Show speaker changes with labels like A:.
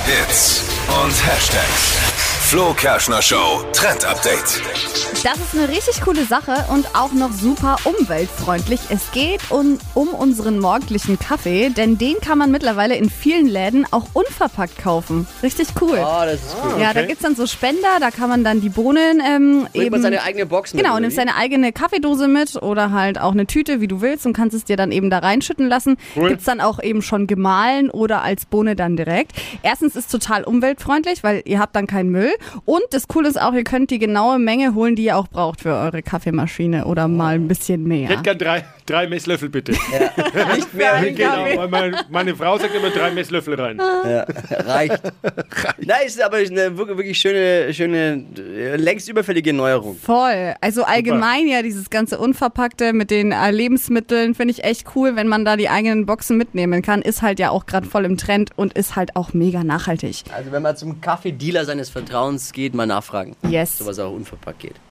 A: Hits und Hashtags. Flo Kerschner Show Trend Update.
B: Das ist eine richtig coole Sache und auch noch super umweltfreundlich. Es geht um unseren morgendlichen Kaffee, denn den kann man mittlerweile in vielen Läden auch unverpackt kaufen. Richtig cool.
C: Oh, das ist cool.
B: Ja, da gibt's dann so Spender, da kann man dann die Bohnen
C: Bringt man seine eigene Box mit?
B: Genau, nimmst deine eigene Kaffeedose mit oder halt auch eine Tüte, wie du willst, und kannst es dir dann eben da reinschütten lassen.
D: Cool.
B: Gibt's dann auch eben schon gemahlen oder als Bohne dann direkt. Erstens ist total umweltfreundlich, weil ihr habt dann keinen Müll. Und das Coole ist auch, ihr könnt die genaue Menge holen, die ihr auch braucht für eure Kaffeemaschine oder mal ein bisschen mehr.
D: Ich hätte gern drei Messlöffel, bitte.
C: Nicht mehr.
D: Genau, weil meine Frau sagt immer 3 Messlöffel rein.
C: Ja, reicht. Nein, ist aber eine wirklich schöne, längst überfällige Neuerung.
B: Voll. Also allgemein ja dieses ganze Unverpackte mit den Lebensmitteln finde ich echt cool, wenn man da die eigenen Boxen mitnehmen kann. Ist halt ja auch gerade voll im Trend und ist halt auch mega nachhaltig.
C: Also wenn man zum Kaffeedealer seines Vertrauens geht, mal nachfragen.
B: Yes.
C: Sowas auch unverpackt geht.